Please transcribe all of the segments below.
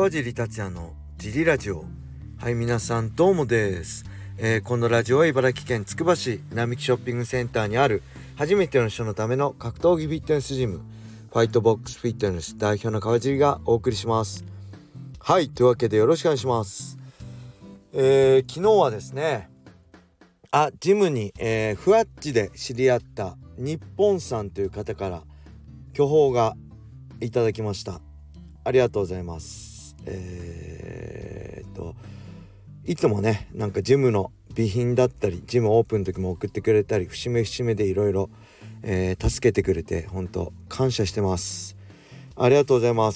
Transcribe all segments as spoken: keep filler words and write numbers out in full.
川尻達也のジリラジオ。はい、皆さんどうもです、えー、このラジオは茨城県つくば市並木ショッピングセンターにある初めての人のための格闘技フィットネスジム、ファイトボックスフィットネス代表の川尻がお送りします。はい、というわけでよろしくお願いします。えー、昨日はですねあジムに、えー、ふわっちで知り合った日本さんという方から巨峰がいただきました。ありがとうございます。えー、っといつもねなんかジムの備品だったりジムオープンの時も送ってくれたり節目節目でいろいろ助けてくれて本当感謝してます。ありがとうございます。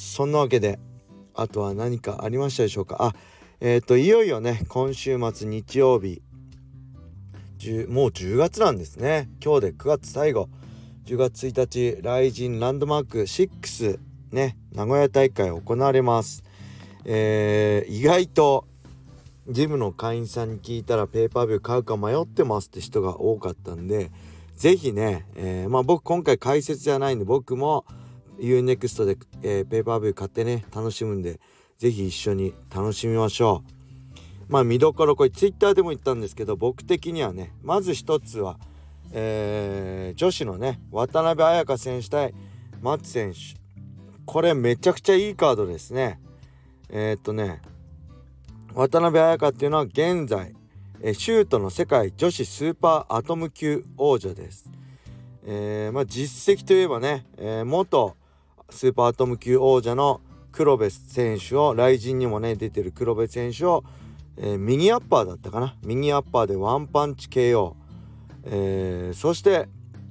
そんなわけであとは何かありましたでしょうか。あえー、っといよいよね今週末日曜日もうじゅうがつなんですね。今日でくがつ最後、じゅうがつついたちライジンランドマークろくね名古屋大会行われます。えー、意外とジムの会員さんに聞いたらペーパービュー買うか迷ってますって人が多かったんで、ぜひね、えー、まあ僕今回解説じゃないんで僕も ユーネクスト で、えー、ペーパービュー買ってね楽しむんで、ぜひ一緒に楽しみましょう。まあ見どころこれツイッターでも言ったんですけど、僕的にはねまず一つは、えー、女子のね渡辺彩香選手対松選手、これめちゃくちゃいいカードですね。えー、っとね渡辺彩香っていうのは現在えシュートの世界女子スーパーアトム級王者です。えー、まあ実績といえばね、えー、元スーパーアトム級王者の黒部選手をライジンにもね出てる黒部選手を、えー、右アッパーだったかな右アッパーでワンパンチ ケーオー、えー、そして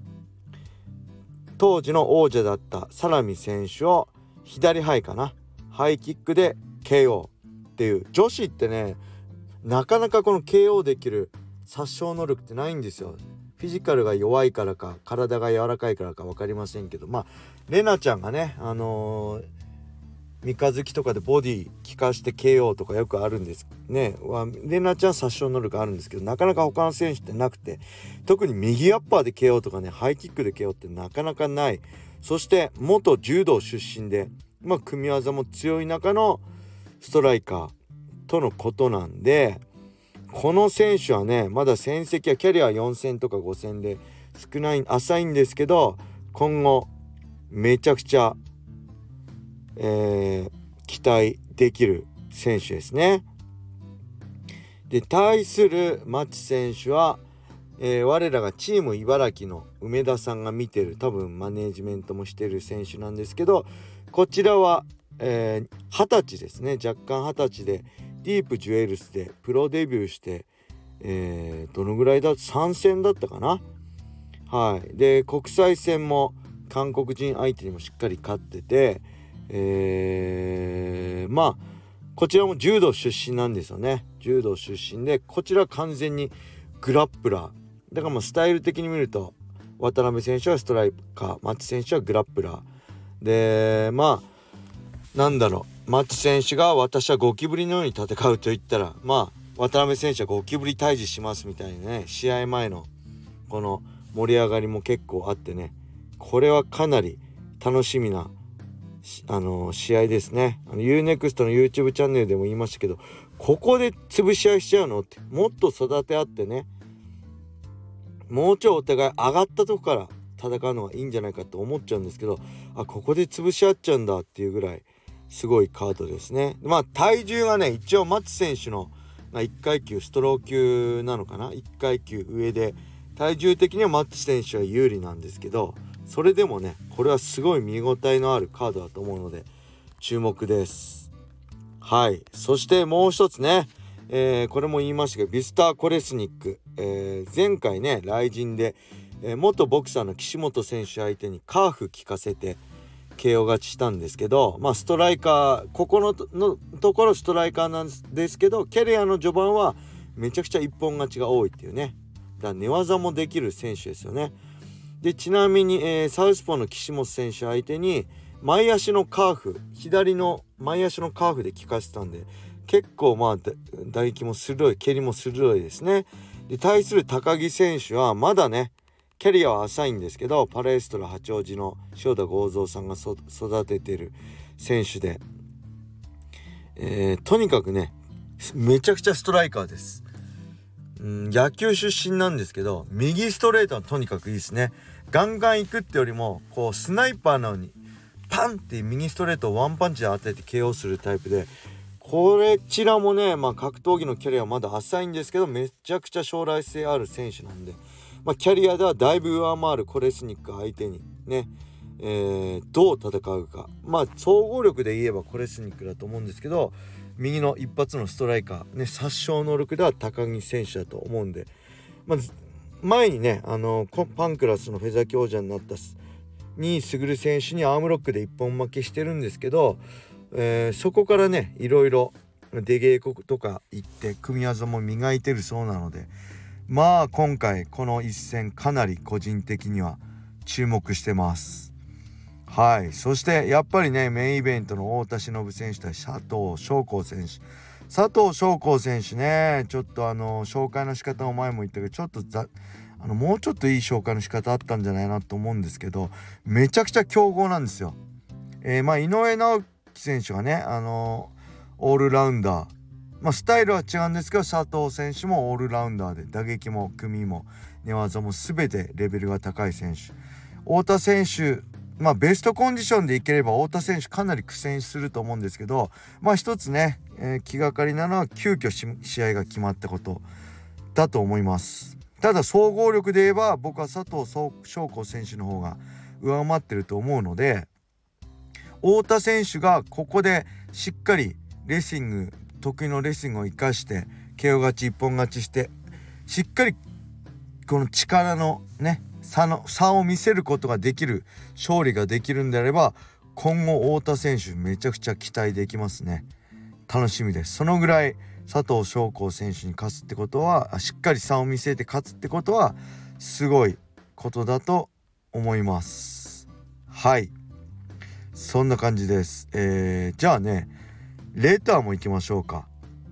当時の王者だったサラミ選手を左ハイかなハイキックで ケーオー っていう、女子ってねなかなかこの ケーオー できる殺傷能力ってないんですよ。フィジカルが弱いからか体が柔らかいからか分かりませんけど、まあレナちゃんがねあのー、三日月とかでボディ効かして ケーオー とかよくあるんですね。レナちゃん殺傷能力あるんですけど、なかなか他の選手ってなくて、特に右アッパーで ケーオー とかねハイキックで ケーオー ってなかなかない。そして元柔道出身で、まあ、組み技も強い中のストライカーとのことなんで、この選手はねまだ戦績はキャリアよん戦とかご戦で少ない浅いんですけど、今後めちゃくちゃ、えー、期待できる選手ですね。で対する町選手は、えー、我らがチーム茨城の梅田さんが見てる、多分マネージメントもしてる選手なんですけど、こちらはえー、はたちですね。若干はたちでディープジュエルスでプロデビューして、えー、どのぐらいださん戦だったかな。はいで国際戦も韓国人相手にもしっかり勝ってて、えー、まあこちらも柔道出身なんですよね。柔道出身でこちら完全にグラップラーだから、もうスタイル的に見ると渡辺選手はストライカー、松選手はグラップラーで、まあなんだろう松選手が私はゴキブリのように戦うと言ったら、まあ渡辺選手はゴキブリ退治しますみたいなね、試合前のこの盛り上がりも結構あってね、これはかなり楽しみなあのー、試合ですね。あの ユーネクスト の YouTube チャンネルでも言いましたけど、ここで潰し合いしちゃうのって、もっと育て合ってね、もうちょいお互い上がったとこから戦うのがいいんじゃないかと思っちゃうんですけど、あここで潰し合っちゃうんだっていうぐらいすごいカードですね。まあ体重がね一応松選手の、まあ、いっかい級ストロー級なのかな、いっかい級上で体重的には松選手は有利なんですけど、それでもねこれはすごい見応えのあるカードだと思うので注目です。はい、そしてもう一つね、えー、これも言いましたけどビスター・コレスニック、えー、前回ねライジンで、えー、元ボクサーの岸本選手相手にカーフ効かせてケーオー 勝ちしたんですけど、まあストライカーここの と, のところストライカーなんですけど、キャリアの序盤はめちゃくちゃ一本勝ちが多いっていうね、だから寝技もできる選手ですよね。でちなみに、えー、サウスポーの岸本選手相手に前足のカーフ左の前足のカーフで効かせたんで、結構まあ打撃も鋭い蹴りも鋭いですね。で対する高木選手はまだねキャリアは浅いんですけど、パレストラ八王子の塩田剛三さんが育ててる選手で、 えー、とにかくねめちゃくちゃストライカーです。うん、野球出身なんですけど右ストレートはとにかくいいですね。ガンガン行くってよりもこうスナイパーなのにパンって右ストレートをワンパンチで当てて ケーオー するタイプで、これちらもね、まあ、格闘技のキャリアはまだ浅いんですけどめちゃくちゃ将来性ある選手なんで、まあ、キャリアではだいぶ上回るコレスニック相手にね、えー、どう戦うか、まあ総合力で言えばコレスニックだと思うんですけど、右の一発のストライカーね、殺傷能力では高木選手だと思うんで、まず前にねあのパンクラスのフェザー級王者になったに優選手にアームロックで一本負けしてるんですけど、えー、そこからねいろいろ出稽古とか行って組み技も磨いてるそうなので、まあ今回この一戦かなり個人的には注目してます。はい。そしてやっぱりねメインイベントの太田忍選手と佐藤翔光選手佐藤翔光選手ね、ちょっとあの紹介の仕方も前も言ったけどちょっとざあのもうちょっといい紹介の仕方あったんじゃないなと思うんですけど、めちゃくちゃ強豪なんですよ。えー、まあ井上直樹選手がねあのオールラウンダー、まあスタイルは違うんですけど佐藤選手もオールラウンダーで打撃も組も寝技も全てレベルが高い選手。太田選手、まあベストコンディションでいければ太田選手かなり苦戦すると思うんですけど、まあ一つね、えー、気がかりなのは急遽試合が決まったことだと思います。ただ総合力で言えば僕は佐藤翔光選手の方が上回ってると思うので、太田選手がここでしっかりレスリング得意のレスリングを生かして ケーオー 勝ち一本勝ちしてしっかりこの力のね差の差を見せることができる勝利ができるんであれば、今後太田選手めちゃくちゃ期待できますね。楽しみです。そのぐらい佐藤翔光選手に勝つってことはしっかり差を見せて勝つってことはすごいことだと思います。はい、そんな感じです。えー、じゃあねレターも行きましょうか。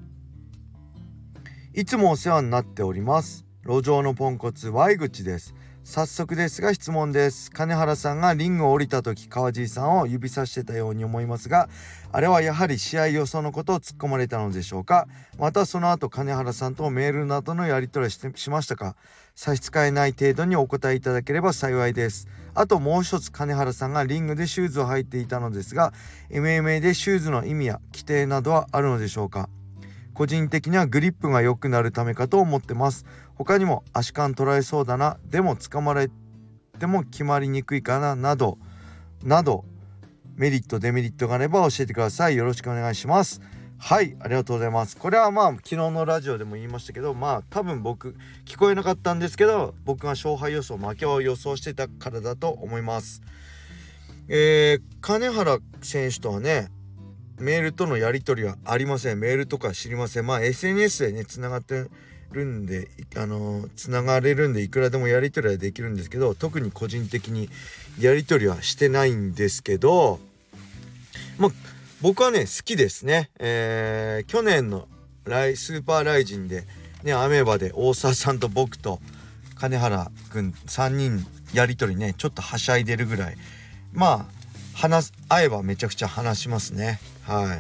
いつもお世話になっております。路上のポンコツ Y 口です。早速ですが質問です。金原さんがリングを降りた時川地さんを指さしてたように思いますが、あれはやはり試合予想のことを突っ込まれたのでしょうか。またその後金原さんとメールなどのやり取りしてしましたか。差し支えない程度にお答えいただければ幸いです。あともう一つ、金原さんがリングでシューズを履いていたのですが エムエムエー でシューズの意味や規定などはあるのでしょうか。個人的にはグリップが良くなるためかと思ってます。他にも足感捉えそうだな、でも掴まれても決まりにくいかななどなどメリットデメリットがあれば教えてください。よろしくお願いします。はい、ありがとうございます。これはまあ昨日のラジオでも言いましたけど、まあ多分僕聞こえなかったんですけど、僕が勝敗予想負けを予想してたからだと思います。えー、金原選手とはねメールとのやり取りはありません。メールとか知りません。まあ エスエヌエス でねつながってるんであのつながれるんでいくらでもやり取りはできるんですけど、特に個人的にやり取りはしてないんですけど、まあ僕はね好きですね。えー、去年のライスーパーライジンでねアメーバで大沢さんと僕と金原くんさんにんやり取りねちょっとはしゃいでるぐらい、まあ話す会えばめちゃくちゃ話しますね。はい。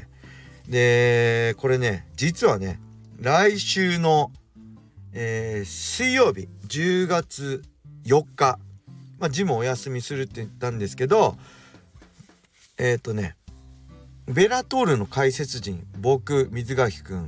でこれね実はね来週の、えー、水曜日じゅうがつよっか、まあジムお休みするって言ったんですけど、えっとねベラトールの解説陣、僕水垣くん、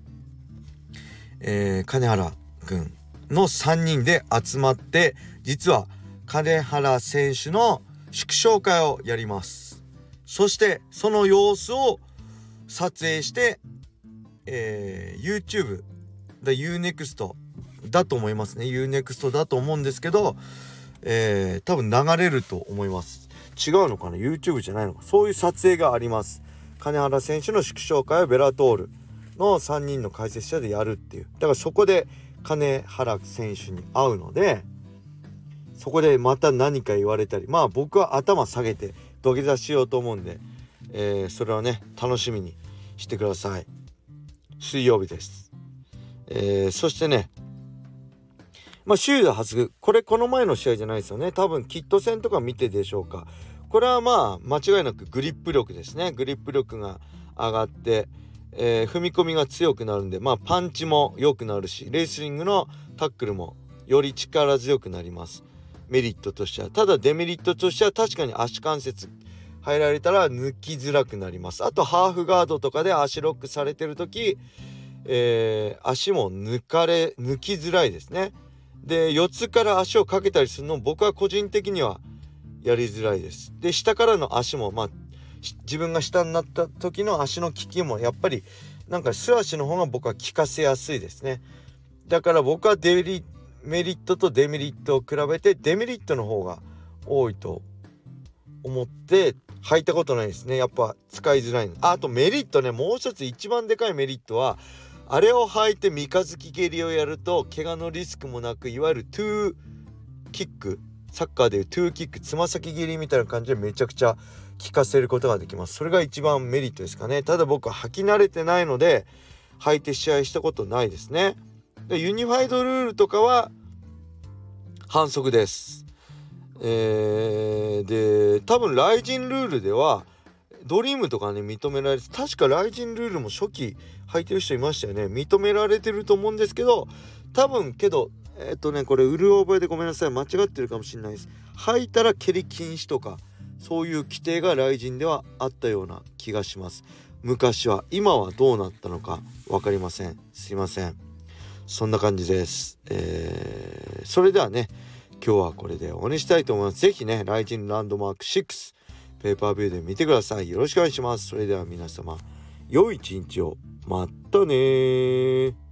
えー、金原くんのさんにんで集まって実は金原選手の祝勝会をやります。そしてその様子を撮影して、えー、YouTube だ ユーネクスト だと思いますね。 ユーネクスト だと思うんですけど、えー、多分流れると思います。違うのかな、 YouTube じゃないのか。そういう撮影があります。金原選手の祝勝会をベラトールのさんにんの解説者でやるっていう。だからそこで金原選手に会うので、そこでまた何か言われたり、まあ僕は頭下げて土下座しようと思うんで、えー、それはね楽しみにしてください。水曜日です。えー、そしてねまあシューズはずこれこの前の試合じゃないですよね。多分キット戦とか見てでしょうか。これはまあ間違いなくグリップ力ですね。グリップ力が上がって、えー、踏み込みが強くなるんで、まあパンチも良くなるし、レスリングのタックルもより力強くなります。メリットとしては。ただデメリットとしては、確かに足関節入られたら抜きづらくなります。あとハーフガードとかで足ロックされてる時、えー、足も抜かれ抜きづらいですね。で、四つから足をかけたりするのも僕は個人的にはやりづらいです。で、下からの足も、まあ自分が下になった時の足の効きもやっぱりなんか素足の方が僕は効かせやすいですね。だから僕はデメリメリットとデメリットを比べてデメリットの方が多いと思って履いたことないですね。やっぱ使いづらい。 あ, あとメリットね、もう一つ一番でかいメリットは、あれを履いて三日月蹴りをやると怪我のリスクもなく、いわゆるトゥーキック、サッカーでいうトゥーキック、つま先蹴りみたいな感じでめちゃくちゃ効かせることができます。それが一番メリットですかね。ただ僕は履き慣れてないので履いて試合したことないですね。でユニファイドルールとかは反則です。えー、で多分ライジンルールではドリームとかね認められて、確かライジンルールも初期履いてる人いましたよね。認められてると思うんですけど、多分けどえっとねこれうる覚えでごめんなさい、間違ってるかもしれないです。履いたら蹴り禁止とかそういう規定がライジンではあったような気がします。昔は。今はどうなったのか分かりません。すいません。そんな感じです。えー、それではね今日はこれで終わりにしたいと思います。ぜひねライジンランドマークシックスペーパービューで見てください。よろしくお願いします。それでは皆様良い一日を。またねー。